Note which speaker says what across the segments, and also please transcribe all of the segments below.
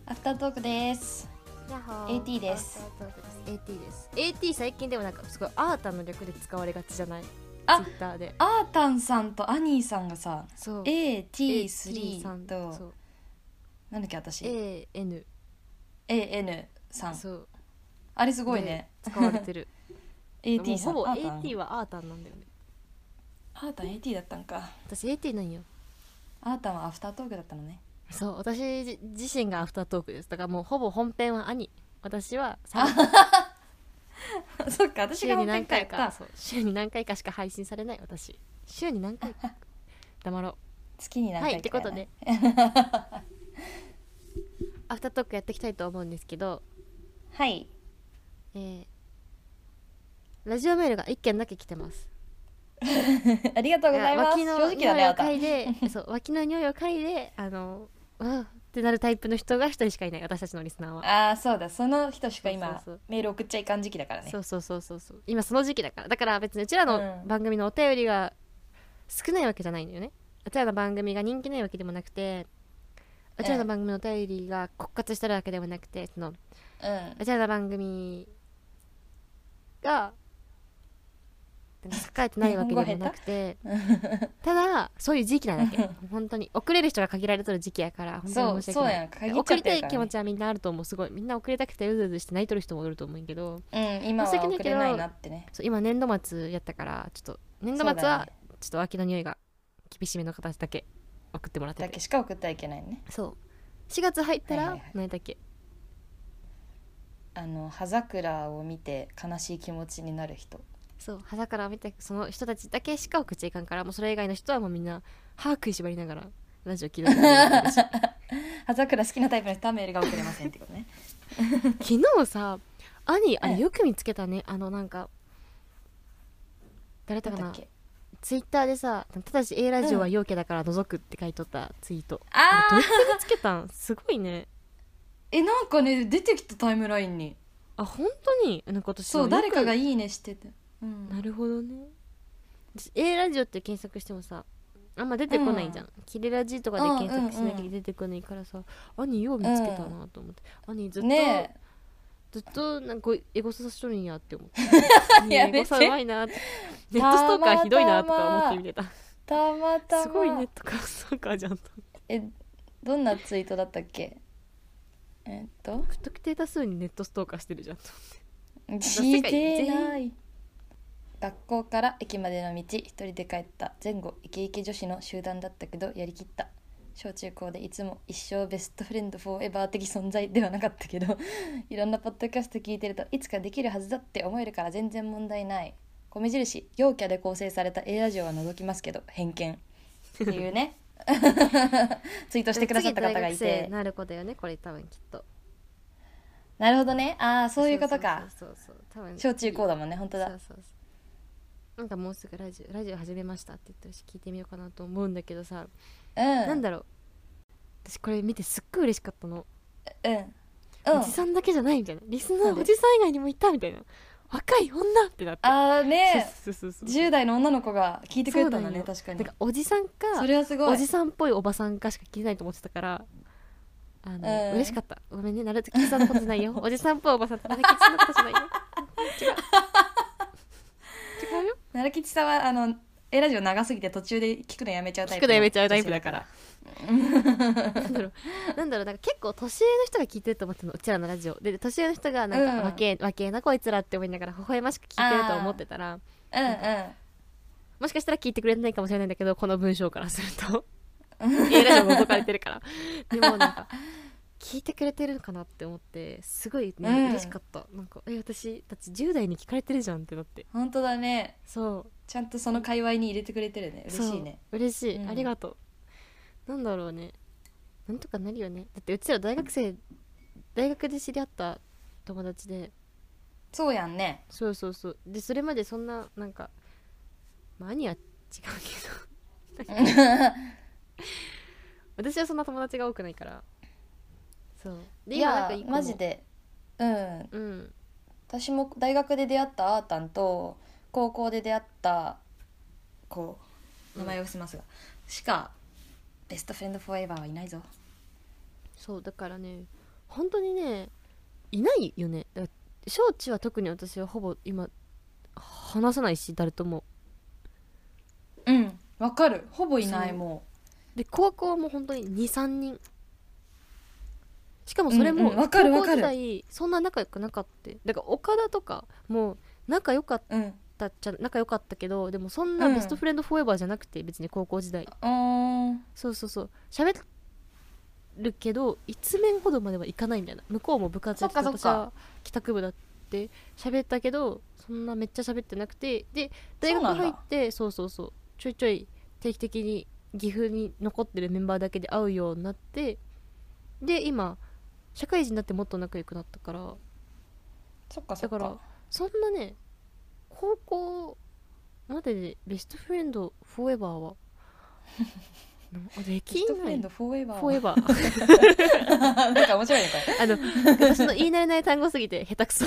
Speaker 1: アフタートークです。
Speaker 2: ヤッホー
Speaker 1: AT です。
Speaker 2: アフタートークです。 AT です。 AT 最近でもなんかすごいアータの略で使われがちじゃない？
Speaker 1: あ、
Speaker 2: ツイッターで
Speaker 1: アータンさんとアニーさんがさ、
Speaker 2: そう
Speaker 1: AT3
Speaker 2: さん
Speaker 1: と
Speaker 2: そう
Speaker 1: なんだっけ私
Speaker 2: AN
Speaker 1: AN さん、
Speaker 2: そう
Speaker 1: あれすごいね。
Speaker 2: 使われてる
Speaker 1: AT さん、
Speaker 2: もうほぼ
Speaker 1: アータン
Speaker 2: AT はアータンなんだよね。
Speaker 1: アータン AT だったんか。
Speaker 2: 私 AT なんよ。
Speaker 1: アータンはアフタートークだったのね。
Speaker 2: そう私自身がアフタートークです。だからもうほぼ本編は兄、私は
Speaker 1: あそっか、私が本編かやった。
Speaker 2: そう週に何回かしか配信されない私。週に何回か黙ろう。
Speaker 1: 月に何回か、ね、
Speaker 2: はい、ってことでアフタートークやっていきたいと思うんですけど、
Speaker 1: はい、
Speaker 2: ラジオメールが1件だけ来てます。
Speaker 1: ありがとうございます。
Speaker 2: 脇の
Speaker 1: 正直だね、
Speaker 2: 匂いを嗅いでそう脇の匂いを嗅いでってなるタイプの人が1人しかいない、私たちのリスナーは。
Speaker 1: ああ、そうだ、その人しか今
Speaker 2: そう
Speaker 1: メール送っちゃいかん時期だからね。
Speaker 2: そう今その時期だから。だから別にうちらの番組のお便りが少ないわけじゃないんだよね。うちらの番組が人気ないわけでもなくて、うちらの番組のお便りが枯渇してるわけでもなくて、うちらの番組が栄えてないわけでもなくてただそういう時期なだけ本当に送れる人が限られてる時期やから、本当に申し訳ない。
Speaker 1: そうやん、
Speaker 2: 送りたい気持ちはみんなあると思う。すごいみんな送りたくてうずうずして泣いとる人もいると思うけど、
Speaker 1: 今は送れないなってね。
Speaker 2: そう今年度末やったから、ちょっと年度末はちょっと脇の匂いが厳しめの形だけ送ってもらってて、
Speaker 1: だけしか送ってはいけないね。
Speaker 2: そう4月入ったら何だっけ、
Speaker 1: 葉桜を見て悲しい気持ちになる人、
Speaker 2: そう葉桜を見てその人たちだけしか送っちゃいかんから、もうそれ以外の人はもうみんな歯食いしばりながらラジオ聞いてる
Speaker 1: 葉桜好きなタイプの人はメールが送れませんってことね。
Speaker 2: 昨日さ兄あれよく見つけたね。なんか誰だかな、ツイッターでさ、ただし A ラジオは陽キャだから覗くって書いとったツイート、あれどうやって見つけたん？すごいね。
Speaker 1: なんかね出てきたタイムラインに。
Speaker 2: あ、本当になんか私
Speaker 1: そう誰かがいいねしてて、
Speaker 2: なるほどね。A ラジオって検索してもさあんま出てこないじゃん、キレラジとかで検索しなきゃ出てこないからさ、兄よう見つけたなと思って、兄ずっとなんかエゴサさしとるんやって思ってエゴサうまいなって、ネットストーカーひどいなとか思って見てた。
Speaker 1: たまたます
Speaker 2: ごいネットストーカーじゃんと。
Speaker 1: どんなツイートだったっけ？
Speaker 2: 不特定多数にネットストーカーしてるじゃんと
Speaker 1: 思って。してない。学校から駅までの道一人で帰った前後イケイケ女子の集団だったけどやりきった。小中高でいつも一生ベストフレンドフォーエバー的存在ではなかったけどいろんなポッドキャスト聞いてるといつかできるはずだって思えるから全然問題ない。米印陽キャで構成された A ラジオは除きますけど偏見っていうねツイートしてくださった方がいて、
Speaker 2: 次大学生なる子だよねこれ多分きっと。
Speaker 1: なるほどね。ああそういうことか。
Speaker 2: そう多分
Speaker 1: 小中高だもんね。本当だ。
Speaker 2: そうなんかもうすぐラジオ始めましたって言ってるし聞いてみようかなと思うんだけどさ、なんだろう、私これ見てすっごい嬉しかったの。おじさんだけじゃないみたいな、リスナーおじさん以外にもいたみたいな、若い女ってなって、
Speaker 1: 10代の女の子が聞いてくれたんだね。確かに。
Speaker 2: だからおじさんか
Speaker 1: それはすごい
Speaker 2: おじさんっぽいおばさんかしか聞いてないと思ってたから嬉しかった。ごめんね、なるときさんのことじゃないよおじさんっぽいおばさんってなるきちさんのことじゃないよ違うよ。
Speaker 1: なるきちさんはA ラジオ長すぎて途中で聞くのやめちゃうタイプ
Speaker 2: だからなんだろう、なんか結構年上の人が聞いてると思ってたの、うちらのラジオで。年上の人がなんか若えなこいつらって思いながら微笑ましく聞いてると思ってたら、もしかしたら聞いてくれないかもしれないんだけど、この文章からするとA ラジオ覗かれてるからでもなんか聞いてくれてるかなって思ってすごいね、嬉しかった。なんか私たち10代に聞かれてるじゃんってなって。
Speaker 1: 本当だね。
Speaker 2: そう
Speaker 1: ちゃんとその界隈に入れてくれてるね。嬉しいね。
Speaker 2: 嬉しい、ありがとう。なんだろうね、なんとかなるよね。だってうちら大学で知り合った友達で。
Speaker 1: そうやんね。
Speaker 2: そうでそれまでそんななんか兄は違うけど私はそんな友達が多くないから。そうで今なんかいい子も
Speaker 1: マジで私も大学で出会ったアータンと高校で出会った子、名前を伏せますが、しかベストフレンドフォーエバーはいないぞ。
Speaker 2: そうだからね、 本当にねいないよね。だから小中は特に私はほぼ今話さないし誰とも。
Speaker 1: うんわかる、ほぼいない。も
Speaker 2: で高校はもう本当に 2,3 人、しかもそれも
Speaker 1: わかるわ
Speaker 2: 高校
Speaker 1: かる。
Speaker 2: 時代そんな仲良くなかった。だから岡田とかもう仲良かったっちゃ仲良かったけど、でもそんなベストフレンドフォーエバーじゃなくて、別に高校時代そうそうそう喋るけど一面ほどまではいかないみたいな。向こうも部活やってた、私は帰宅部だって喋ったけどそんなめっちゃ喋ってなくて、で大学入ってそうそうそうちょいちょい定期的に岐阜に残ってるメンバーだけで会うようになって、で今社会人になってもっと仲良くなったから。
Speaker 1: そっかそっか。
Speaker 2: だからそんなね高校まででベストフレンドフォーエバーはできない。ベストフレンドフォーエバーフォーエバー
Speaker 1: なんか面白いねこ
Speaker 2: れ私の言い慣れない単語すぎて下手くそ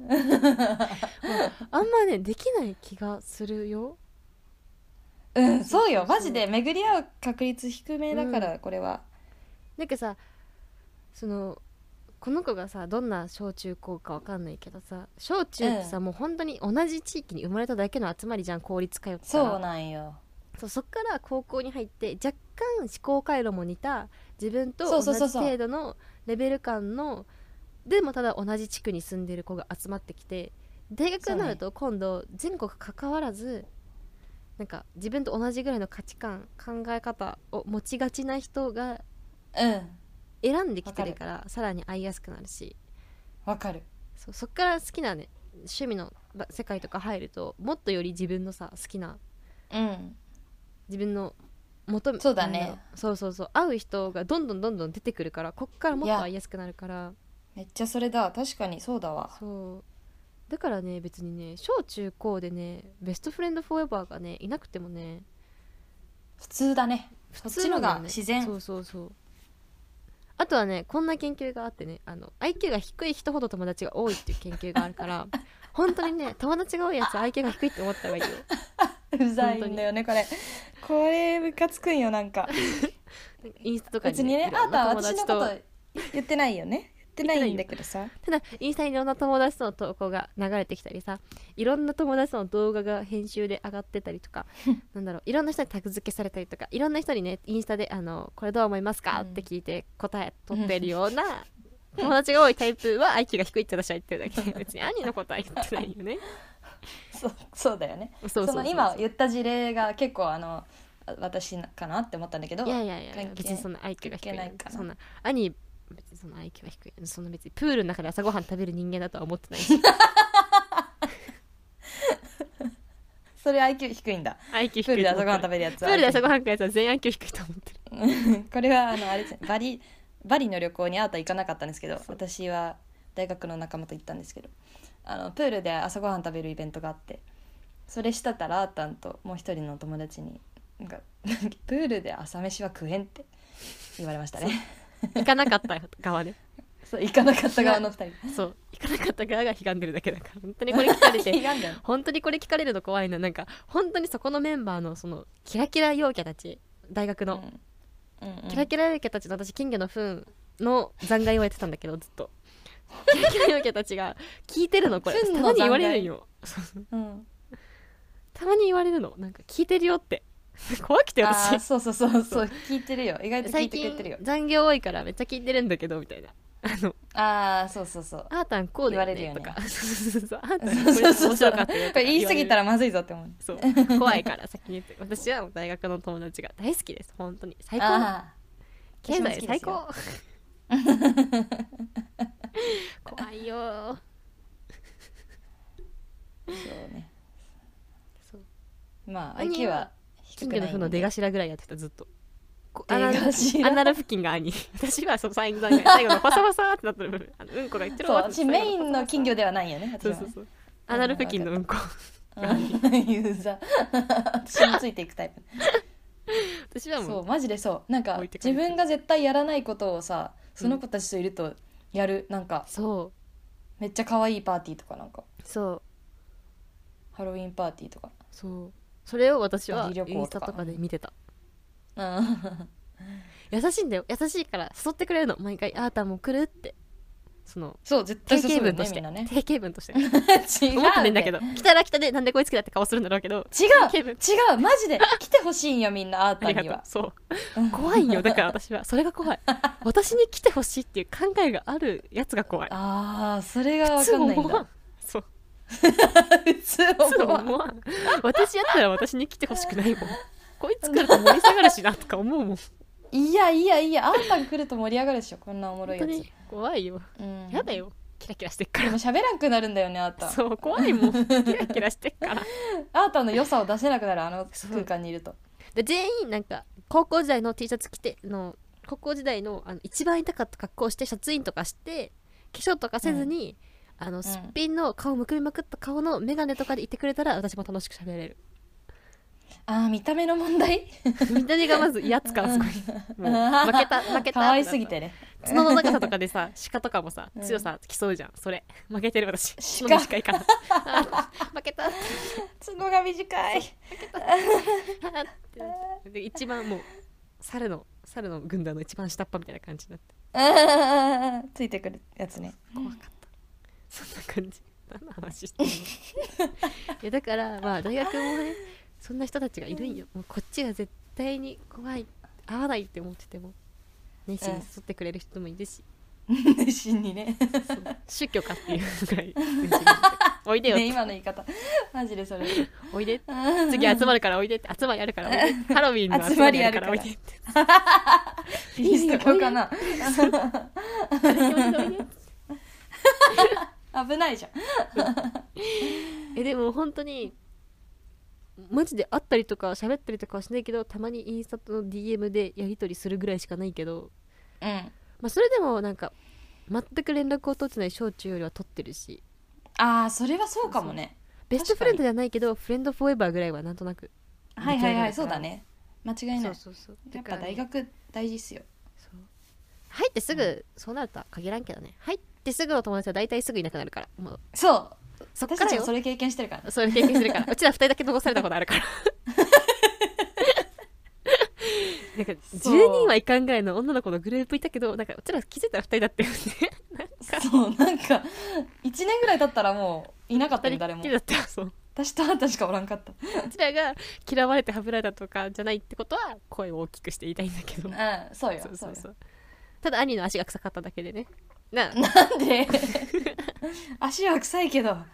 Speaker 2: あんまねできない気がするよ。
Speaker 1: うんそうよ、マジで巡り合う確率低めだから、これは
Speaker 2: なんかさこの子がさどんな小中高かわかんないけどさ、小中ってさ、もう本当に同じ地域に生まれただけの集まりじゃん、公立通ったら。
Speaker 1: そうなんよ。
Speaker 2: そっから高校に入って若干思考回路も似た自分と同じ程度のレベル感のでもただ同じ地区に住んでる子が集まってきて、大学になると今度全国関わらずなんか自分と同じぐらいの価値観考え方を持ちがちな人が選んできてるから、さらに会いやすくなるし。
Speaker 1: わかる。
Speaker 2: そっから好きなね趣味の世界とか入るともっとより自分のさ好きな、自分の求め、
Speaker 1: そうだね、
Speaker 2: そうそうそう会う人がどんどん出てくるから、こっからもっと会いやすくなるから。
Speaker 1: めっちゃそれだ、確かにそうだわ。
Speaker 2: そうだからね別にね小中高でねベストフレンドフォーエバーがねいなくてもね
Speaker 1: 普通だね。そっちのが自然。
Speaker 2: そうそうそう。あとはねこんな研究があってね、IQ が低い人ほど友達が多いっていう研究があるから本当にね友達が多いやつは IQ が低いって思った方がいいよ
Speaker 1: うざいんだよねこれムカつくんよ。なんか
Speaker 2: インスタとかに、
Speaker 1: 別にねあんたは私のこと言ってないよね言ってないんだけどさ、
Speaker 2: ただインスタにいろんな友達との投稿が流れてきたりさ、いろんな友達との動画が編集で上がってたりとかなんだろう、いろんな人にタグ付けされたりとか、いろんな人にねインスタでこれどう思いますか、って聞いて答え取ってるような友達が多いタイプは IQ が低いって私は言ってるだけで、別に兄のことは言ってないよね
Speaker 1: そうだよね。その今言った事例が結構私かなって思ったんだけど、
Speaker 2: いや別にそんな IQ が低いかな、そんな兄別にその IQ は低い、そんな別にプールの中で朝ごはん食べる人間だとは思ってないし
Speaker 1: それ IQ 低いんだ。
Speaker 2: IQ 低い。
Speaker 1: プールで朝ごはん食べるやつは
Speaker 2: プールで朝ごはん食べるやつは全員 IQ 低いと思ってる
Speaker 1: これはあれですね、バリの旅行にあーた行かなかったんですけど、私は大学の仲間と行ったんですけど、プールで朝ごはん食べるイベントがあって、それしたらあーたんともう一人の友達になんかプールで朝飯は食えんって言われましたね
Speaker 2: 行かなかった側ね
Speaker 1: そう行かなかった側の2人
Speaker 2: そう行かなかった側が悲願でるだけだから、本当にこれ聞かれて本当にこれ聞かれるの怖いの。なんか本当にそこのメンバーのそのキラキラ陽キャたち、大学の、キラキラ陽キャたちの、私金魚の糞の残骸をやってたんだけどずっとキラキラ陽キャたちが聞いてるの、これたまに言われるよたまに言われるの、なんか聞いてるよって怖くて私。
Speaker 1: そう聞いてるよ、意外と聞いてくれてるよ。
Speaker 2: 最近残業多いからめっちゃ聞いてるんだけどみたいな、そう
Speaker 1: あーたんこうで言われるよねとかあーたんこれ面白かったよとか言い過ぎたらまずいぞって思う。
Speaker 2: そう怖いから先に言って、私は大学の友達が大好きです、本当に最高、経済最高怖いよ
Speaker 1: そうね。
Speaker 2: そう
Speaker 1: まあ IQ は
Speaker 2: 金魚の糞の出頭ぐらいやってたずっと。
Speaker 1: アナ
Speaker 2: ル付近が兄私はその最後のパサパサってなってる部分、うんこが言ってる。
Speaker 1: そう私メインの金魚ではないよね。
Speaker 2: そうアナル付近のうんこ
Speaker 1: ユーザー私についていくタイプ
Speaker 2: 私はもう
Speaker 1: そうマジでそう、なんか自分が絶対やらないことをさ、その子たちといるとやる、なんか
Speaker 2: そう
Speaker 1: めっちゃ可愛いパーティーとか、なんか
Speaker 2: そう
Speaker 1: ハロウィンパーティーとか、
Speaker 2: そうそれを私はインスタとかで見てた。優しいんだよ、優しいから誘ってくれるの毎回、あーたも来るってその
Speaker 1: そう絶対
Speaker 2: 定
Speaker 1: そうだよね
Speaker 2: 型文として、
Speaker 1: みんなね。
Speaker 2: 定型文として
Speaker 1: 違う
Speaker 2: 思ってねんだけど、来たら来たでなんでこいつ来たって顔するんだろうけど、
Speaker 1: 違
Speaker 2: 定型文
Speaker 1: うマジで来てほしいんよみんな、あー
Speaker 2: ありがとう。
Speaker 1: たんには。
Speaker 2: そう怖いよ。だから私はそれが怖い。私に来てほしいっていう考えがあるやつが怖い。
Speaker 1: ああそれが分かんないん
Speaker 2: 普通思わ
Speaker 1: だ。
Speaker 2: そう
Speaker 1: 普通
Speaker 2: 普通
Speaker 1: 思わん。
Speaker 2: 思わん。私やったら私に来てほしくないもん。こいつ来ると盛り下がるしなとか思うもん。
Speaker 1: いやあーたん来ると盛り上がるでしょ、こんなおもろいやつ。
Speaker 2: 本当に怖いよ。
Speaker 1: うん
Speaker 2: やだよ。キラキラしてっから。
Speaker 1: でも喋らんくなるんだよね、あーたん。
Speaker 2: そう怖いもん。キラキラしてっから。
Speaker 1: あーたんの良さを出せなくなる、あの空間にいると。
Speaker 2: で全員なんか高校時代の T シャツ着ての高校時代の一番痛かった格好をしてシャツインとかして化粧とかせずに、すっぴんの顔むくみまくった顔の眼鏡とかでいてくれたら私も楽しく喋れる。
Speaker 1: ああ見た目の問題。
Speaker 2: 見た目がまず威圧感すごい。もう負けた
Speaker 1: 可愛すぎてね。
Speaker 2: 角の長さとかでさ鹿とかもさ強さ競うじゃん。それ負けてる私。角短いから負けた
Speaker 1: 角が短い。
Speaker 2: で一番もう猿の軍団の一番下っ端みたいな感じになって
Speaker 1: ついてくるやつね。
Speaker 2: 怖かった。そんな感じ。何の話してんのいやだからまあ大学もねそんな人たちがいるんよ。もうこっちが絶対に怖い合わないって思ってても熱心に誘ってくれる人もいるし、
Speaker 1: 熱心にね。
Speaker 2: そう宗教かっていうぐらいおいでよっ
Speaker 1: ね
Speaker 2: て、
Speaker 1: 今の言い方マジでそれ。
Speaker 2: おいでって次集まるからおいでって、集まりあるからおいでって、ハロウィンの集まりあるからおいでって、
Speaker 1: キリスト教かな。危ないじゃん。
Speaker 2: でも本当にマジで会ったりとか喋ったりとかはしないけど、たまにインスタの DM でやり取りするぐらいしかないけど、
Speaker 1: うん
Speaker 2: まあ、それでもなんか全く連絡を取ってない小中よりは取ってるし、
Speaker 1: ああそれはそうかもね。
Speaker 2: ベストフレンドじゃないけどフレンドフォーエバーぐらいはなんとなく
Speaker 1: はいはいはいそうだね、間違いない。
Speaker 2: そう
Speaker 1: やっぱ大学大事っすよ。
Speaker 2: そう入ってすぐ、そうなるとは限らんけどね。入ってすぐの友達は大体すぐいなくなるから、もう
Speaker 1: そう
Speaker 2: そっからよ。
Speaker 1: 私たちもそれ経験してるから。
Speaker 2: それ経験するからうちら2人だけ残されたことあるからなんか10人はいかんぐらいの女の子のグループいたけど、なんかうちら気づいたら2人だったよね
Speaker 1: そうなんか1年ぐらい経ったらもういなかったね、誰も。
Speaker 2: 2人だった。そう
Speaker 1: 私とあんたしかおらんかった。
Speaker 2: うちらが嫌われてはぶられたとかじゃないってことは声を大きくして言いたいんだけど、
Speaker 1: そうよ
Speaker 2: そうただ兄の足が臭かっただけでね。
Speaker 1: なんで足は臭いけど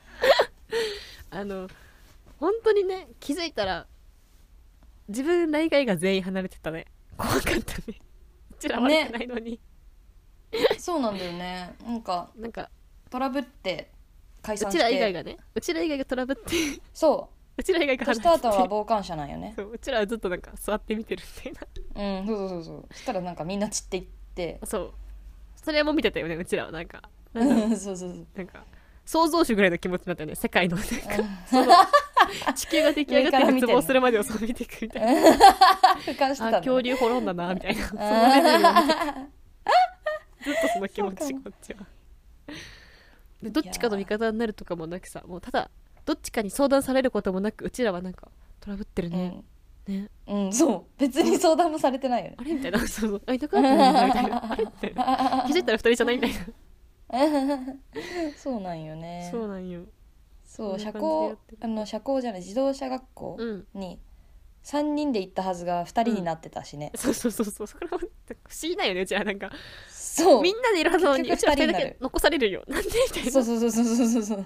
Speaker 2: 本当にね気づいたら自分ら以外が全員離れてたね。怖かったね。うちら悪くないのに、
Speaker 1: そうなんだよね。なんかトラブって解散して、
Speaker 2: うちら以外がね、うちら以外がトラブって
Speaker 1: そう
Speaker 2: うちら以外が
Speaker 1: 私とあとは傍観者なんよね。
Speaker 2: そううちらはずっとなんか座って見てるみたいな。
Speaker 1: そうそしたらなんかみんな散っていって、
Speaker 2: そうそれも見てたよね。うちらはなんか
Speaker 1: そう
Speaker 2: なんか創造主ぐらいの気持ちになったよね。世界のなんか地球が出来上がって滅亡するまでをそう見ていくみたいな
Speaker 1: 俯瞰してたんだね。
Speaker 2: 恐竜滅んだなみたいなそのレベルを見てずっとその気持ちこっちはでどっちかの味方になるとかもなくさ、もうただどっちかに相談されることもなく、うちらはなんかトラブってるね、
Speaker 1: そう別に相談もされてないよね。
Speaker 2: あれみたいな、そういなくなったのみたいなあれって気づいたら2人じゃないみたいな
Speaker 1: そうなんよね。
Speaker 2: そうなんよ。
Speaker 1: そう社交じゃない自動車学校に3人で行ったはずが2人になってたしね、
Speaker 2: そうそれも不思議だよね。うちらなんか
Speaker 1: そう
Speaker 2: みんなでいるはずなのにうちら2人だけ残されるよ。なんでみたいな。
Speaker 1: そう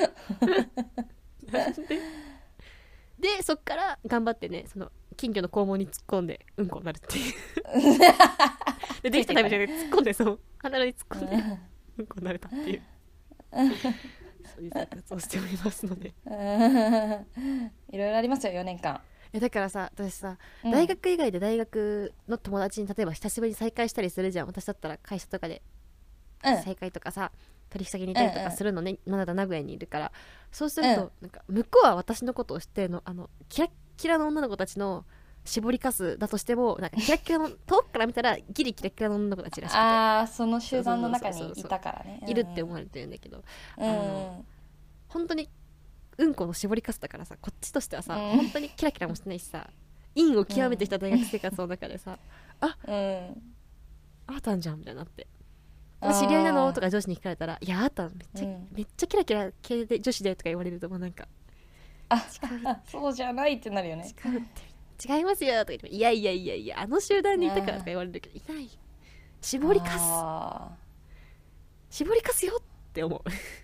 Speaker 2: なんででそっから頑張ってね、その金魚の肛門に突っ込んでうんこになるっていうでできたタイミングで突っ込んで、そう鼻に突っ込んでうんこになれたっていうそういう生活をしておりますので
Speaker 1: いろいろありますよ4年間。
Speaker 2: だからさ私さ、大学以外で大学の友達に例えば久しぶりに再会したりするじゃん。私だったら会社とかで再会とかさ、取引先にいたりとかするのね、まだ名古屋にいるから。そうすると、なんか向こうは私のことを知ってるの、キラッキラの女の子たちの絞りかすだとしても、なんかキラッキラの遠くから見たらギリキラッキラの女の子たちらしくて、
Speaker 1: その集団の中にいたからね、
Speaker 2: いるって思われてるんだけど、本当にうんこの絞りかすだからさ、こっちとしてはさ、本当にキラキラもしてないしさ、陰を極めてきた大学生活の中でさ、あったんじゃんみたいになって、 知り合いなのとか上司に聞かれたら、いやあっためっちゃキラキラ系で女子でとか言われると、もうなんか
Speaker 1: そうじゃないってなるよね。
Speaker 2: 違いますよとか言って、いやいやいやいやあの集団にいたからとか言われるけど、いない絞りかすよって思う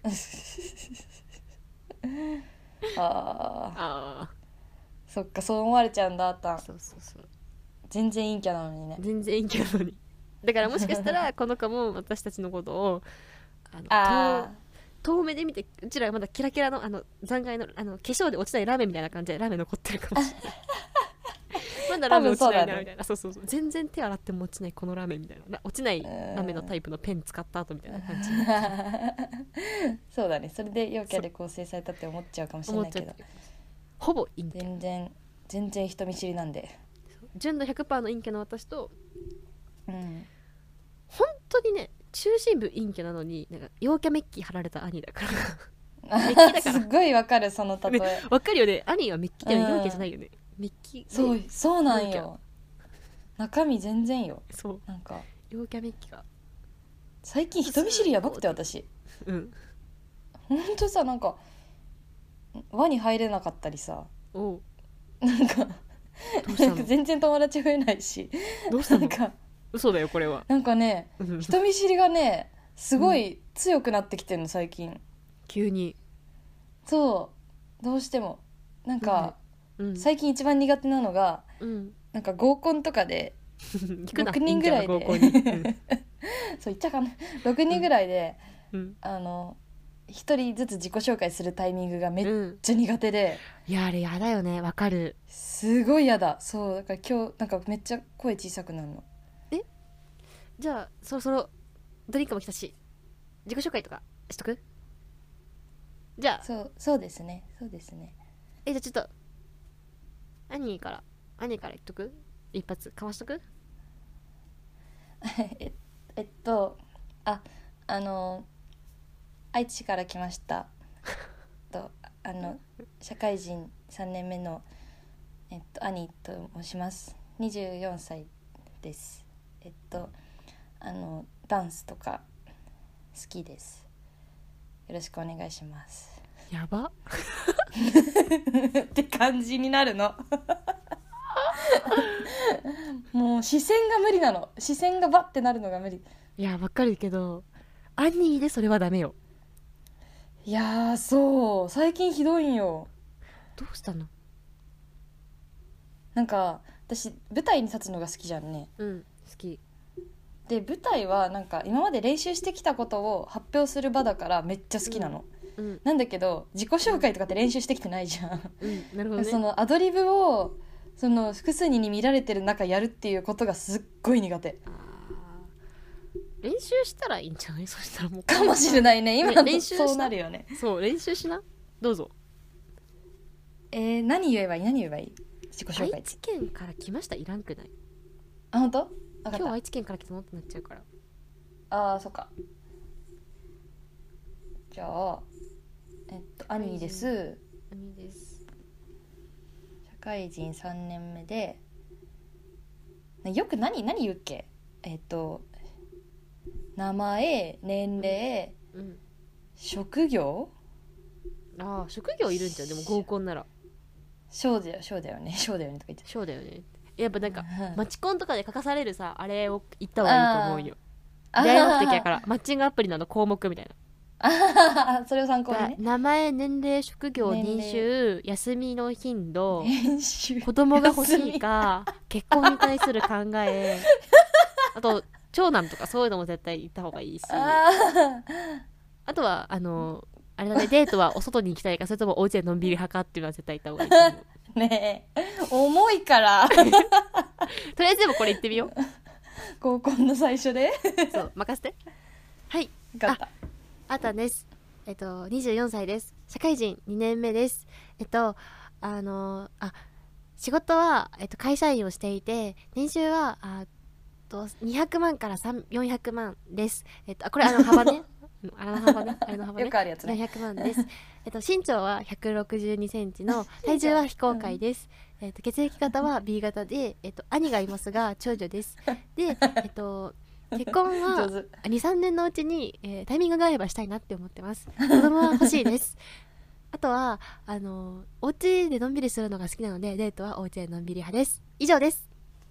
Speaker 1: そっか、そう思われちゃうんだ。あったん
Speaker 2: そう
Speaker 1: 全然陰キャなのにね。
Speaker 2: 全然陰キャなのにだからもしかしたらこの子も私たちのことを遠目で見て、うちらがまだキラキラの残骸の化粧で落ちないラメみたいな感じでラメ残ってるかもしれないまだラメ落ちないなみたいな、そう全然手洗っても落ちないこのラメみたいな、落ちないラメのタイプのペン使った後みたいな感じ
Speaker 1: そうだね、それで陽キャで構成されたって思っちゃうかもしれないけど、
Speaker 2: ほぼ陰キャ、
Speaker 1: 全然人見知りなんで、
Speaker 2: 純度 100% の陰キャの私と、
Speaker 1: 本
Speaker 2: 当にね中心部陰キャなのになんか陽キャメッキ貼られた兄だからメッキだから
Speaker 1: すっごいわかるその例え、
Speaker 2: ね、わかるよね。兄はメッキで陽キャじゃないよね、メッキ、ね、
Speaker 1: そうなんよ、中身全然よ。
Speaker 2: そう
Speaker 1: なんか
Speaker 2: 陽キャメッキが
Speaker 1: 最近人見知りやばくて、私ほんとさ、なんか輪に入れなかったりさ、なんか全然友達増えないし、
Speaker 2: どうしたの？
Speaker 1: なんか
Speaker 2: 嘘だよこれは。
Speaker 1: なんかね人見知りがねすごい強くなってきてるの最近、
Speaker 2: 急に。
Speaker 1: そうどうしてもなんか、最近一番苦手なのが、なんか合コンとかで6人ぐらいでそう言っちゃうかな、6人ぐらいで、1人ずつ自己紹介するタイミングがめっちゃ苦手で、
Speaker 2: いやあれやだよね、わかる、
Speaker 1: すごいやだ。そうだから今日なんかめっちゃ声小さくなるの。
Speaker 2: じゃあそろそろドリンクも来たし自己紹介とかしとく？じゃあ
Speaker 1: そうですね。
Speaker 2: じゃあちょっと兄から言っとく？一発かましとく？
Speaker 1: 愛知から来ました社会人3年目の兄と申します。24歳です。ダンスとか好きです。よろしくお願いします。
Speaker 2: やば
Speaker 1: って感じになるのもう視線が無理なの。視線がバッてなるのが無理。
Speaker 2: いやわかるけど兄でそれはダメよ。
Speaker 1: いやそう最近ひどいんよ。
Speaker 2: どうしたの？
Speaker 1: なんか私舞台に立つのが好きじゃんね。
Speaker 2: 好き
Speaker 1: で舞台はなんか今まで練習してきたことを発表する場だからめっちゃ好きなの、なんだけど自己紹介とかって練習してきてないじゃん、
Speaker 2: なるほどね、
Speaker 1: そのアドリブをその複数人に見られてる中やるっていうことがすっごい苦手。
Speaker 2: 練習したらいいんじゃない？そしたらもう
Speaker 1: かもしれないね。今
Speaker 2: 練習
Speaker 1: そうなるよね。
Speaker 2: そう練習しな。どうぞ。
Speaker 1: 何言えばいい？自己紹介。
Speaker 2: 愛知県から来ましたいらんくない？
Speaker 1: あ、本当？
Speaker 2: 今日愛知県から来たのってなっちゃうから。
Speaker 1: ああ、そっか。じゃあ兄です。
Speaker 2: 兄です。
Speaker 1: 社会人3年目で、よく何言うっけ？名前、年齢、職業？
Speaker 2: ああ、職業いるんじゃん。でも合コンなら。
Speaker 1: そうだよねとか言って。
Speaker 2: そうだよね。やっぱなんかマチコンとかで書かされるさあれを言った方がいいと思うよ。出会い目的やからマッチングアプリの項目みたい
Speaker 1: な。それを参考にね。
Speaker 2: 名前、年齢、職業、年収、休みの頻度、子供が欲しいか、結婚に対する考え、あと長男とかそういうのも絶対言った方がいいし、あとはあれだね、デートはお外に行きたいかそれともお家でのんびり派かっていうのは絶対言った方がいいと思う。
Speaker 1: ねえ重いからと
Speaker 2: りあえずでもこれ言ってみよう。
Speaker 1: 合コンの最初で
Speaker 2: そう任せて。はい、あったんです。24歳です。社会人2年目です。仕事は、会社員をしていて、年収は200万から400万です。これ幅ね。あれの幅ね。
Speaker 1: よくあるやつね。
Speaker 2: 400万です。身長は162センチの、体重は非公開です。血液型は B 型で、兄がいますが長女です。で、 結婚は
Speaker 1: 上手。
Speaker 2: 23年のうちに、タイミングが合えばしたいなって思ってます。子供は欲しいです。あとはお家でのんびりするのが好きなので、デートはお家でのんびり派です。以上です。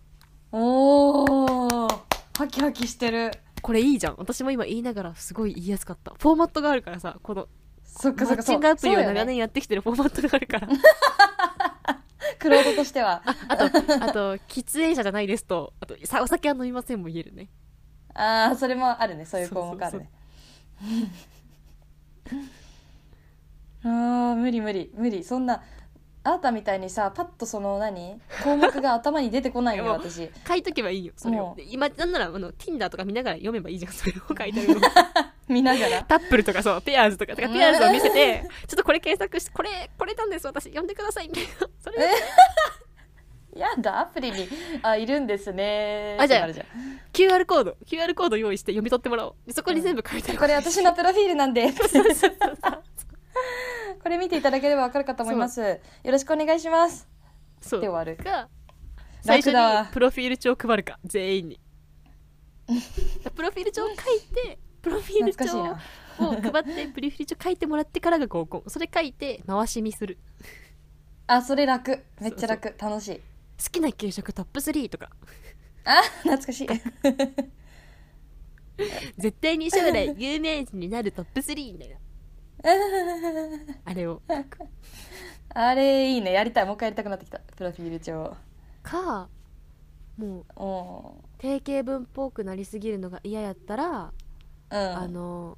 Speaker 1: おー、ハキハキしてる。
Speaker 2: これいいじゃん。私も今言いながらすごい言いやすかった。フォーマットがあるからさ、この
Speaker 1: そっかそっか、
Speaker 2: マッチングアプリを長年やってきてるフォーマットがあるから。
Speaker 1: クロードとしては。
Speaker 2: あと喫煙者じゃないですと、あとお酒は飲みませんも言えるね。
Speaker 1: ああ、それもあるね。そういう項目あるね。ああ、無理無理無理。そんなあなたみたいにさ、パッとその項目が頭に出てこないよ私。
Speaker 2: 書いとけばいいよそれを。今なんならTinder とか見ながら読めばいいじゃん、それを書いてあるの。
Speaker 1: 見ながら
Speaker 2: タップルとかそう、ペアーズとかペアーズを見せて、ちょっとこれ検索して、これなんです私、読んでくださいみたいな。それ
Speaker 1: やだ、アプリにいるんですね。
Speaker 2: じゃあ QR コード用意して読み取ってもらおう。そこに全部書いてある、
Speaker 1: これ私のプロフィールなんでこれ見ていただければ分かるかと思います。よろしくお願いします。
Speaker 2: そう
Speaker 1: で終わる
Speaker 2: が最初にプロフィール帳を配るか、全員に。プロフィール帳を書いて、プロフィール帳を配ってプロフィール帳書いてもらってからが合コン。それ書いて回し見する。
Speaker 1: あ、それ楽。めっちゃ楽。楽しい。
Speaker 2: 好きな給食トップ3とか。
Speaker 1: あ、懐かしい。
Speaker 2: 絶対に将来有名人になるトップ3みたいな。あれを
Speaker 1: あれいいね。やりたい。もう一回やりたくなってきた。プロフィール帳
Speaker 2: か、もう定型文っぽくなりすぎるのが嫌やったら、マ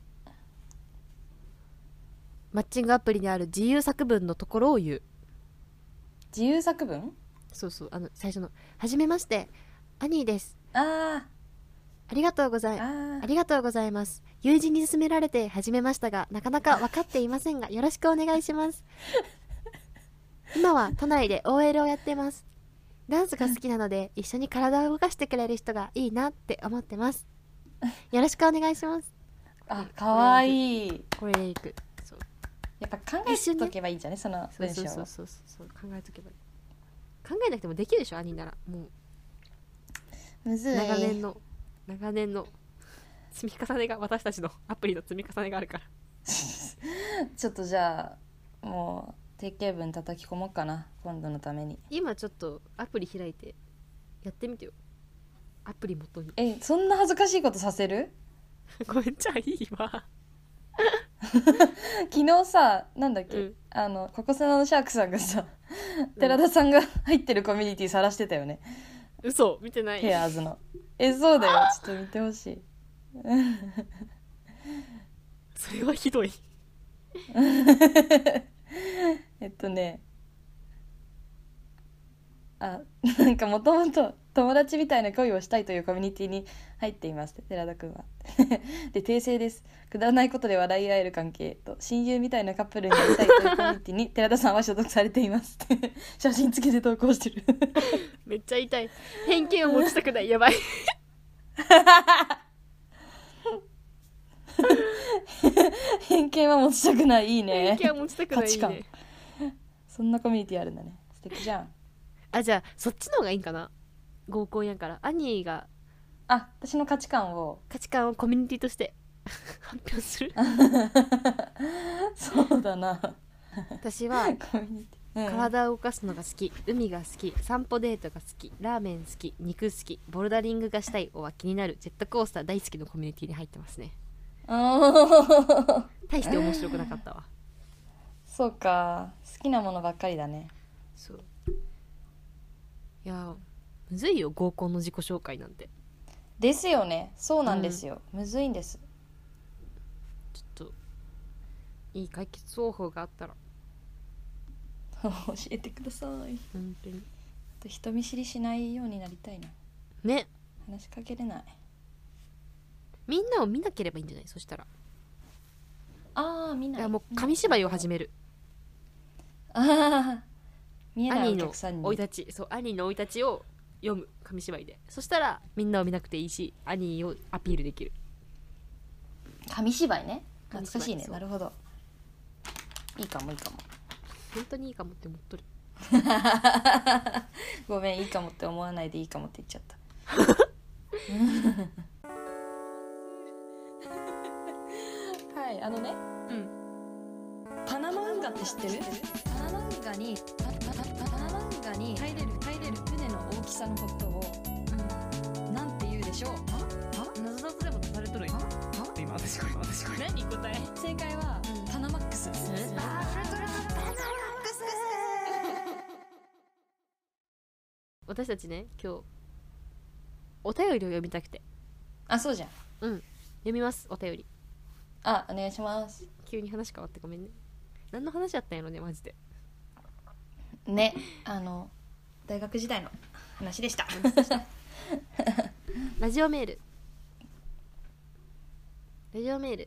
Speaker 2: ッチングアプリにある自由作文のところを言う。
Speaker 1: 自由作文？
Speaker 2: そうそう、最初のはじめまして、アニーです。ありがとうございます。友人に勧められて始めましたが、なかなか分かっていませんが、よろしくお願いします。今は都内で OL をやってます。ダンスが好きなので、一緒に体を動かしてくれる人がいいなって思ってます。よろしくお願いします。
Speaker 1: あ、かわいい。
Speaker 2: これでいく。そう、
Speaker 1: やっぱ考えとけばいいんじゃね、その文章を。
Speaker 2: そう考えとけばいい。考えなくてもできるでしょ、アニなら。もう
Speaker 1: むずい。
Speaker 2: 長年の積み重ねが、私たちのアプリの積み重ねがあるから
Speaker 1: ちょっとじゃあもう定型文叩き込もうかな、今度のために。
Speaker 2: 今ちょっとアプリ開いてやってみてよ、アプリ元に。
Speaker 1: そんな恥ずかしいことさせる？
Speaker 2: ごめん、じゃあいいわ。
Speaker 1: 昨日さ、なんだっけ、ココスナのシャークさんがさ、寺田さんが入ってるコミュニティ晒してたよね。
Speaker 2: 嘘、見てない。
Speaker 1: ペアーズの。そうだよ、ちょっと見てほしい。
Speaker 2: それはひどい。
Speaker 1: なんかもともと友達みたいな恋をしたいというコミュニティに入っています、寺田くんは。で、訂正です。くだらないことで笑い合える関係と親友みたいなカップルになりたいというコミュニティに寺田さんは所属されています。写真付きで投稿してる。
Speaker 2: めっちゃ痛い。偏見を持ちたくない。やばい。
Speaker 1: 偏見は持ちたくない。いいね。
Speaker 2: 偏見は持ちたくない。いいね。
Speaker 1: 価値観。そんなコミュニティあるんだね。素敵じゃん。
Speaker 2: じゃあそっちの方がいいんかな。合コンやからアニーが
Speaker 1: 私の価値観を
Speaker 2: コミュニティとして発表する。
Speaker 1: そうだな。
Speaker 2: 私は体を動かすのが好き、海が好き、散歩デートが好き、ラーメン好き、肉好き、ボルダリングがしたい、は気になる、ジェットコースター大好きのコミュニティに入ってますね。大して面白くなかったわ。
Speaker 1: そうか、好きなものばっかりだね。
Speaker 2: そう、いやむずいよ、合コンの自己紹介なんて。
Speaker 1: ですよね。そうなんですよ、むずいんです。
Speaker 2: ちょっといい解決方法があったら
Speaker 1: 教えてください。
Speaker 2: 本当に
Speaker 1: 人見知りしないようになりたいな。
Speaker 2: ね、
Speaker 1: 話しかけれない。
Speaker 2: みんなを見なければいいんじゃない？そしたら
Speaker 1: 見ない。
Speaker 2: いやもう紙芝居を始める。
Speaker 1: 見えないお客さんに。
Speaker 2: 兄の生い立ち、そう、兄の生い立ちを読む、紙芝居で。そしたらみんなを見なくていいし、兄をアピールできる。
Speaker 1: 紙芝居ね。懐かしいね。なるほど。いいかも。
Speaker 2: 本当にいいかもって思っとる。
Speaker 1: ごめん、いいかもって思わないでいいかもって言っちゃった。 はい、あのね、
Speaker 2: うん。
Speaker 1: パナマ運河って知ってる？パナマ運河に入れる船の大きさのことをなんて言うでしょう？
Speaker 2: 謎々でも出されとるよ。
Speaker 3: 今私これ
Speaker 2: 何答え？
Speaker 1: 正解はパナマックスです。
Speaker 2: 私たちね、今日お便りを読みたくて。
Speaker 1: あ、そうじゃん。
Speaker 2: 読みます、お便り。
Speaker 1: あ、お願いします。
Speaker 2: 急に話変わってごめんね。何の話やったんやろね、マジで。
Speaker 1: ね、大学時代の話でした。
Speaker 2: ラジオメール。ラジオネ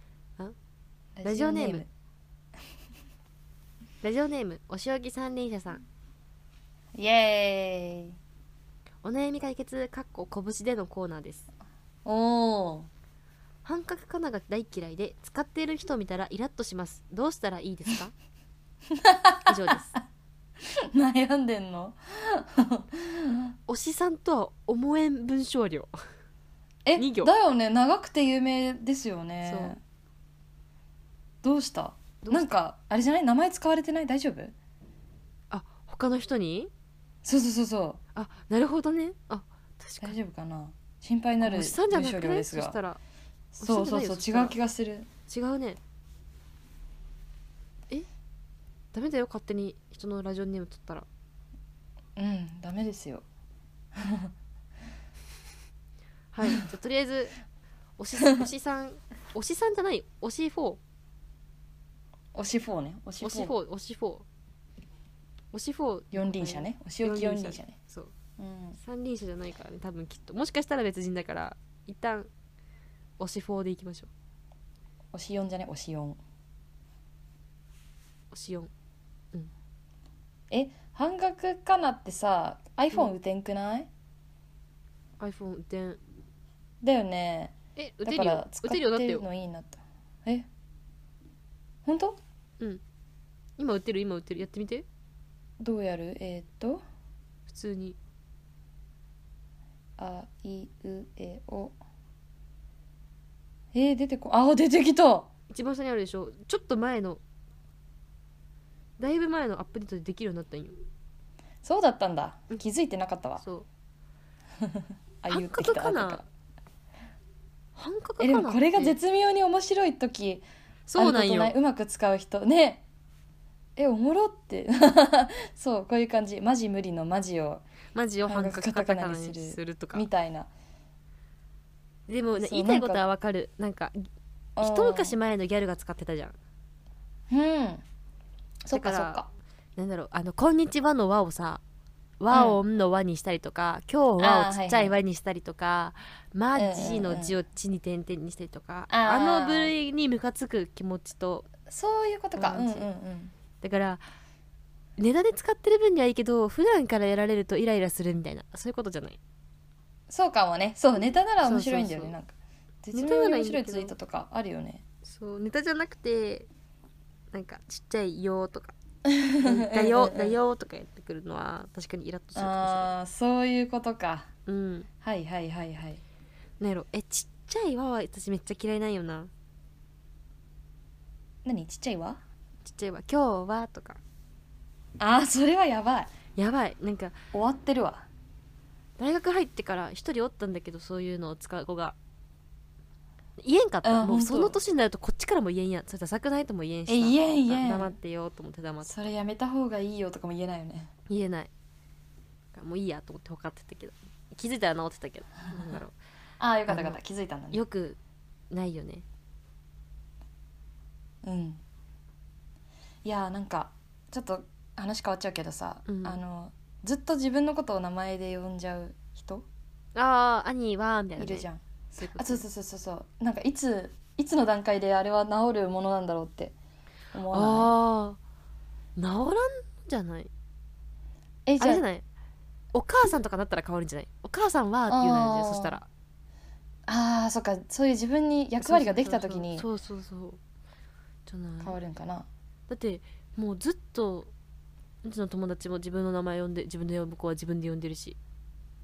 Speaker 2: ームお仕置き三輪車さん。
Speaker 1: イエーイ。
Speaker 2: お悩み解決かっこ拳でのコーナーです。
Speaker 1: おー、
Speaker 2: 半角かなが大嫌いで使っている人を見たらイラッとします。どうしたらいいですか？以上です。
Speaker 1: 悩んでんの？
Speaker 2: 推しさんとは思えん文章量。2行
Speaker 1: だよね、長くて有名ですよね。
Speaker 2: そう
Speaker 1: どうしたなんかあれじゃない？名前使われてない？大丈夫？
Speaker 2: あ、他の人に？
Speaker 1: そう
Speaker 2: あ、なるほどね。あ、確か
Speaker 1: 大
Speaker 2: に
Speaker 1: 丈夫かな。心配になる
Speaker 2: 推しさんじゃ
Speaker 1: 文
Speaker 2: なくない？
Speaker 1: 章量ですが。
Speaker 2: そしたら
Speaker 1: そう
Speaker 2: 推しさんじゃないよ
Speaker 1: 違う気がする。
Speaker 2: 違うね。ダメだよ、勝手に人のラジオネーム取ったら。
Speaker 1: ダメですよ。
Speaker 2: はい、じゃあとりあえず推しさんじゃない、推し4。
Speaker 1: 推し4ね。推し4四輪車ね。推し置き四輪車ね。
Speaker 2: そう、三輪車じゃないからね、多分きっと。もしかしたら別人だから、一旦推し4でいきましょう。
Speaker 1: 推し4じゃね？推し4。
Speaker 2: 推し4。
Speaker 1: 半額かなってさ、 iPhone 打てんくない？
Speaker 2: iPhone 打てん。
Speaker 1: だよね。
Speaker 2: 打てるよ。打てるよ、だってよ。
Speaker 1: のいいなと。本当？
Speaker 2: 今打ってる、やってみて。
Speaker 1: どうやる？
Speaker 2: 普通に
Speaker 1: あいうえお。出てきた。
Speaker 2: 一番下にあるでしょ。ちょっと前の、だいぶ前のアップデートでできるようになったんよ。
Speaker 1: そうだったんだ。気づいてなかったわ。
Speaker 2: そう
Speaker 1: 半角かな。
Speaker 2: 半角かな。
Speaker 1: でもこれが絶妙に面白い時
Speaker 2: そうなんよ。
Speaker 1: うまく使う人ね。おもろってそう、こういう感じ。マジ無理のマジを
Speaker 2: 半角カタカナにするとか
Speaker 1: みたいな。
Speaker 2: でもね、言いたいことはわかる。なんか一昔前のギャルが使ってたじゃん。
Speaker 1: そっか。
Speaker 2: なんだろう、こんにちはの和をさ、和音の和にしたりとか、今日和をちっちゃい和にしたりとか、マジの字を地に点々にしたりとか、あの部類にムカつく気持ちと、
Speaker 1: そういうことか。
Speaker 2: だからネタで使ってる分にはいいけど、普段からやられるとイライラするみたいな、そういうことじゃない？
Speaker 1: そうかもね。そう、ネタなら面白いんだよね。なんか絶妙に面白いツイートとかあるよね。
Speaker 2: そう、ネタじゃなくて、なんかちっちゃいよとかだよとかやってくるのは確かにイラッとするかもしれない。
Speaker 1: そういうことか。
Speaker 2: はいなんやろ、ちっちゃいわは私めっちゃ嫌いなんよな。
Speaker 1: 何？ちっちゃいわ
Speaker 2: 今日はとか。
Speaker 1: それはやばい。
Speaker 2: なんか
Speaker 1: 終わってるわ。
Speaker 2: 大学入ってから一人おったんだけど、そういうのを使う子が言えんかった。もうその年になるとこっちからも言えんやん。それダサくないとも言えんしさ。
Speaker 1: 言えん。
Speaker 2: 黙ってよと思って黙って。
Speaker 1: それやめた方がいいよとかも言えないよね。
Speaker 2: 言えない。もういいやと思って分かってたけど、気づいたら直ってたけど、なんだろう。
Speaker 1: よかった気づいたんだね。
Speaker 2: よくないよね。
Speaker 1: いや、なんかちょっと話変わっちゃうけどさ、ずっと自分のことを名前で呼んじゃう人
Speaker 2: 兄はみたいな、
Speaker 1: いるじゃん。
Speaker 2: そう
Speaker 1: なんかいつの段階であれは治るものなんだろうって思わ
Speaker 2: ない？治らんじゃない？
Speaker 1: じゃあ
Speaker 2: あれじゃない？お母さんとかなったら変わるんじゃない？お母さんはっていうのよね。そしたら
Speaker 1: そっか、そういう自分に役割ができた時に
Speaker 2: そう
Speaker 1: じゃない変わるんかな。
Speaker 2: だってもうずっとうちの友達も自分の名前呼んで、自分で呼ぶ子は自分で呼んでるし。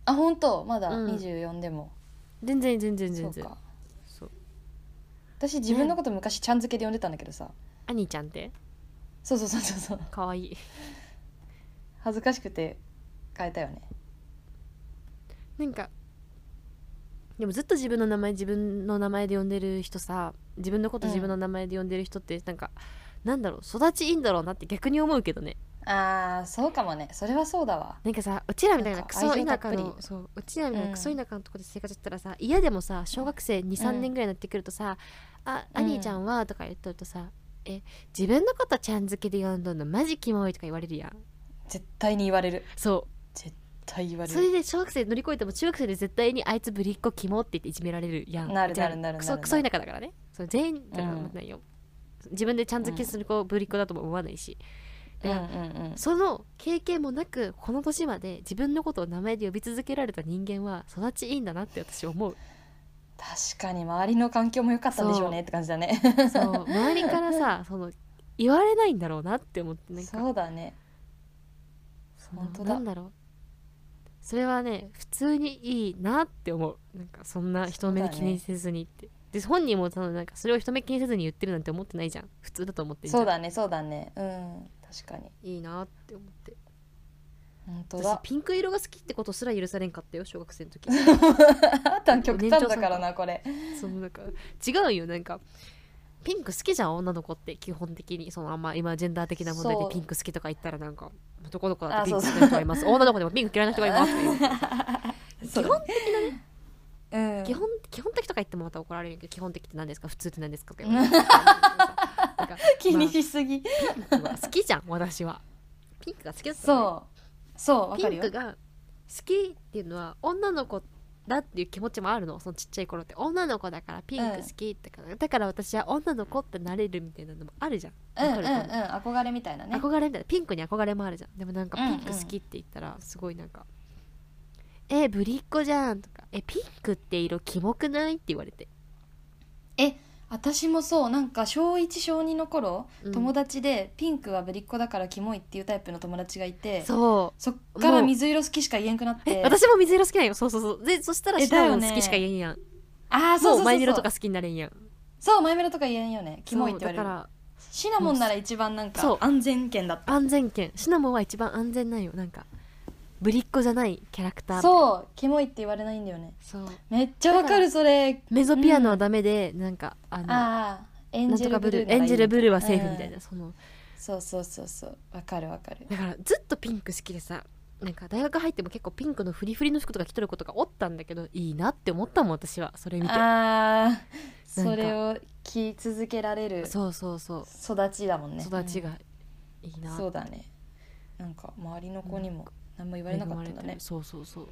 Speaker 1: あ本当まだ
Speaker 2: うん
Speaker 1: 24でも、
Speaker 2: 全然全然全然。
Speaker 1: そうか。
Speaker 2: そう。
Speaker 1: 私自分のこと昔ちゃん付けで呼んでたんだけどさ、
Speaker 2: 兄ちゃんって
Speaker 1: そうそうそうそうそう、
Speaker 2: かわいい。
Speaker 1: 恥ずかしくて変えたよね。
Speaker 2: なんかでもずっと自分の名前で呼んでる人さ、自分のこと自分の名前で呼んでる人ってなんか、なんだろう、育ちいいんだろうなって逆に思うけどね。
Speaker 1: あーそうかもね、それはそうだわ。
Speaker 2: なんかさ、うちらみたいな
Speaker 1: なんか
Speaker 2: クソ田舎
Speaker 1: 愛情たっぷ
Speaker 2: の、
Speaker 1: り
Speaker 2: そううちらみたいなクソ田舎のとこで生活してたらさ、嫌でもさ、小学生2、3年ぐらいになってくるとさ、兄ちゃんはとか言っとるとさ、自分のことちゃん付けで呼んどんのマジキモいとか言われるやん。
Speaker 1: 絶対に言われる、
Speaker 2: そ
Speaker 1: 絶対言わ
Speaker 2: う。
Speaker 1: れる。
Speaker 2: それで小学生乗り越えても中学生で絶対にあいつぶりっ子キモって言っていじめられるやん。
Speaker 1: なる
Speaker 2: じゃあ
Speaker 1: なるなるなる
Speaker 2: クソ田舎だからね。それ全員じゃないよ。自分でちゃん付けする子、ぶりっ子だとも思わないし。だからその経験もなくこの年まで自分のことを名前で呼び続けられた人間は育ちいいんだなって私思う。
Speaker 1: 確かに周りの環境も良かったんでしょうねって感じだね。
Speaker 2: そう周りからさ言われないんだろうなって思って、なんか
Speaker 1: そうだね、本当だ。
Speaker 2: なんだろう、それはね普通にいいなって思う。なんかそんな人目に気にせずにって、で本人もなんかそれを人目気にせずに言ってるなんて思ってないじゃん。普通だと思ってるじゃん。
Speaker 1: そうだねそうだね、うん確かに
Speaker 2: いいなって思って。
Speaker 1: 本当
Speaker 2: 私
Speaker 1: だ。
Speaker 2: ピンク色が好きってことすら許されんかったよ小学生の時。
Speaker 1: あった極端だからなこれ。
Speaker 2: そのなんか違うよ、なんかピンク好きじゃん女の子って基本的に。あんま今ジェンダー的な問題でピンク好きとか言ったらなんか男の子だってピンク好きな人がいます、女の子でもピンク嫌いな人がいますっていう基本的なね、
Speaker 1: うん、
Speaker 2: 基本的とか言ってもまた怒られるけど、基本的って何ですか普通って何ですかって言われるなんか
Speaker 1: 気にしすぎ、
Speaker 2: ピンクは好きじゃん私は。ピンクが好きだった
Speaker 1: そうそうわかるよ。
Speaker 2: ピンクが好きっていうのは女の子だっていう気持ちもあるの。そのちっちゃい頃って女の子だからピンク好きってから、だから私は女の子ってなれるみたいなのもあるじゃん。
Speaker 1: 憧れみたいなね。
Speaker 2: 憧れみたいな、ピンクに憧れもあるじゃん。でもなんかピンク好きって言ったらすごいなんか、ぶりっ子じゃんとか、ピンクって色キモくないって言われて。
Speaker 1: 私もそう、なんか小1小2の頃、
Speaker 2: うん
Speaker 1: 友達でピンクはぶりっ子だからキモいっていうタイプの友達がいて、
Speaker 2: そ
Speaker 1: っから水色好きしか言えんくなって。
Speaker 2: 私も水色好きなんよ。そうそうそう。でそしたらシナモン
Speaker 1: だよね
Speaker 2: 好きしか言えんやん。
Speaker 1: ああそうそうそうそう、
Speaker 2: もうマイメロとか好きになれんやん。
Speaker 1: そうマイメロとか言えんよね、キモいって言われる。
Speaker 2: そうだから
Speaker 1: シナモンなら一番なん
Speaker 2: そう
Speaker 1: か安全圏だった。
Speaker 2: 安全圏、シナモンは一番安全なんよ。なんかぶりっ子じゃないキャラクター。
Speaker 1: そうキモいって言われないんだよね。
Speaker 2: そう
Speaker 1: めっちゃわかるそれ。
Speaker 2: メゾピアノはダメで、なんか
Speaker 1: エンジェルブルー
Speaker 2: エンジェルブルーはセーフみたいな、
Speaker 1: そうそうそうそうわかるわかる。
Speaker 2: だからずっとピンク好きでさ、なんか大学入っても結構ピンクのフリフリの服とか着とることがおったんだけど、いいなって思ったもん私はそれ見て。
Speaker 1: それを着続けられる
Speaker 2: そうそうそう
Speaker 1: 育ちだもんね。
Speaker 2: 育ちがいいな、
Speaker 1: そうだね。なんか周りの子にも何も言われなかったんだね。
Speaker 2: そうそうそう、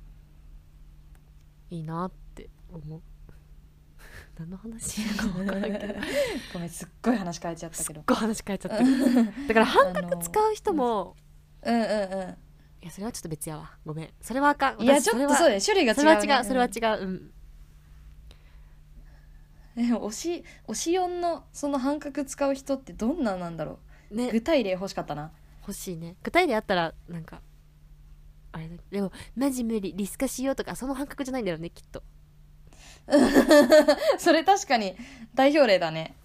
Speaker 2: いいなって思う。何の話か分からんけど
Speaker 1: ごめんすっごい話変えちゃったけど。
Speaker 2: すっごい話変えちゃってるだから半角使う人も、
Speaker 1: いや
Speaker 2: それはちょっと別やわ、ごめんそれはあかん。
Speaker 1: いやちょっとそうだね、種類が違う、ね、
Speaker 2: それは違う、
Speaker 1: でも推し4のその半角使う人ってどんななんだろう、ね、具体例欲しかったな。
Speaker 2: 欲しいね、具体例あったらなんかあれだ。でもマジ無理、リス化しようとかその半角じゃないんだよねきっと
Speaker 1: それ確かに代表例だね。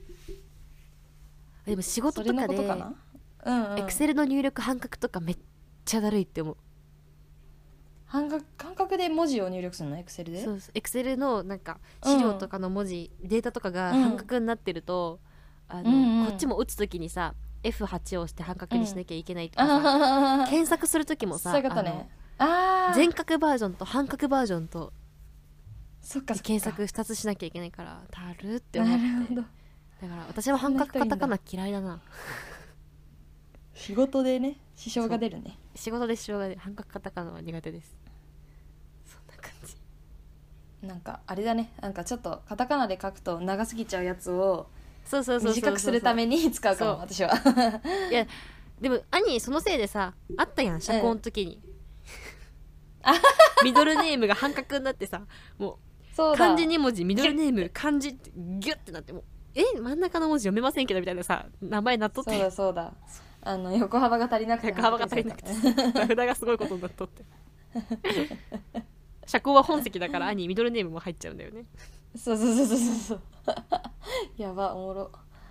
Speaker 2: でも仕事とかでエクセルの入力半角とかめっちゃだるいって思う。
Speaker 1: 半角で文字を入力するのエクセルで。
Speaker 2: そうそう、エクセルのなんか資料とかの文字、データとかが半角になってると、こっちも打つときにさ F8 を押して半角にしなきゃいけないとかさ、検索するときもさ、
Speaker 1: そういうことね。
Speaker 2: 全角バージョンと半角バージョンと
Speaker 1: そっか
Speaker 2: 検索2つしなきゃいけないからたるって思って。
Speaker 1: なるほど。
Speaker 2: だから私は半角カタカナ嫌いだな。
Speaker 1: 仕事でね支障が出るね。
Speaker 2: 仕事で支障が出る。半角カタカナは苦手です。そんな感じ。
Speaker 1: なんかあれだね、なんかちょっとカタカナで書くと長すぎちゃうやつを
Speaker 2: そう
Speaker 1: 短くするために使うかも私は。
Speaker 2: いやでも兄そのせいでさあったやん社交の時に、ミドルネームが半角になってさ、もう漢字2文字ミドルネーム漢字ってギュッてなって、もう真ん中の文字読めませんけどみたいなさ名前なっとって。
Speaker 1: そうだ横幅が足りなくて
Speaker 2: 横幅が足りなくて札がすごいことになっとって社交は本籍だから兄ミドルネームも入っちゃうんだよね。
Speaker 1: そうそうそうそうそうやばおもろ。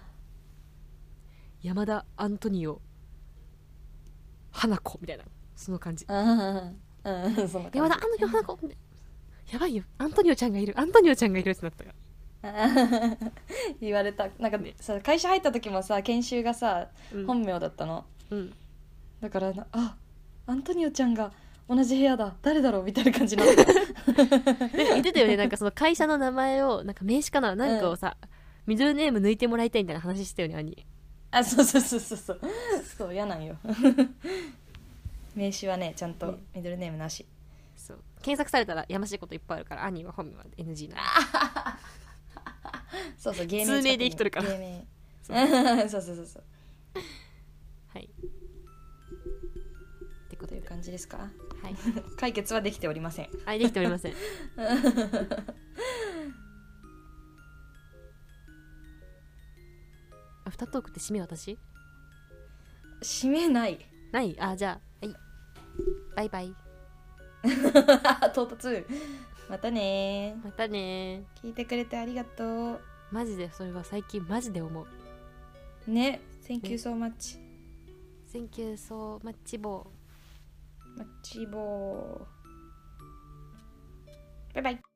Speaker 2: 山田アントニオ花子みたいなその感じ。
Speaker 1: うんうんそんな感じ。
Speaker 2: 山田アントニオ花子やばいよアントニオちゃんがいるアントニオちゃんがいるってなったよ。
Speaker 1: 言われた。なんかさ会社入った時もさ研修がさ、
Speaker 2: うん、
Speaker 1: 本名だったの、
Speaker 2: うん、
Speaker 1: だからアントニオちゃんが同じ部屋だ誰だろうみたいな感じになった
Speaker 2: 言ってたよね。なんかその会社の名前をなんか名刺かななんかをさ、ミドルネーム抜いてもらいたいみたいな話してたよね兄。
Speaker 1: そうそうそうそうそうそう嫌なんよ名刺はねちゃんとミドルネームなし、
Speaker 2: そう検索されたらやましいこといっぱいあるから兄は本名は NG なの。
Speaker 1: そうそう芸名
Speaker 2: 通名で生きとるから
Speaker 1: 芸名そうそうそうそう
Speaker 2: はいってこと
Speaker 1: という感じですか。
Speaker 2: はい
Speaker 1: 解決はできておりません。
Speaker 2: はいできておりませんアフタートークって締め私
Speaker 1: 締めない
Speaker 2: ないあじゃあはいバイバイ
Speaker 1: 唐突。またね
Speaker 2: またね
Speaker 1: 聞いてくれてありがと
Speaker 2: マジでそれは最近マジで思う
Speaker 1: ね。 Thank you so much。
Speaker 2: Thank you so much ボー
Speaker 1: マッチボー。バイバイ。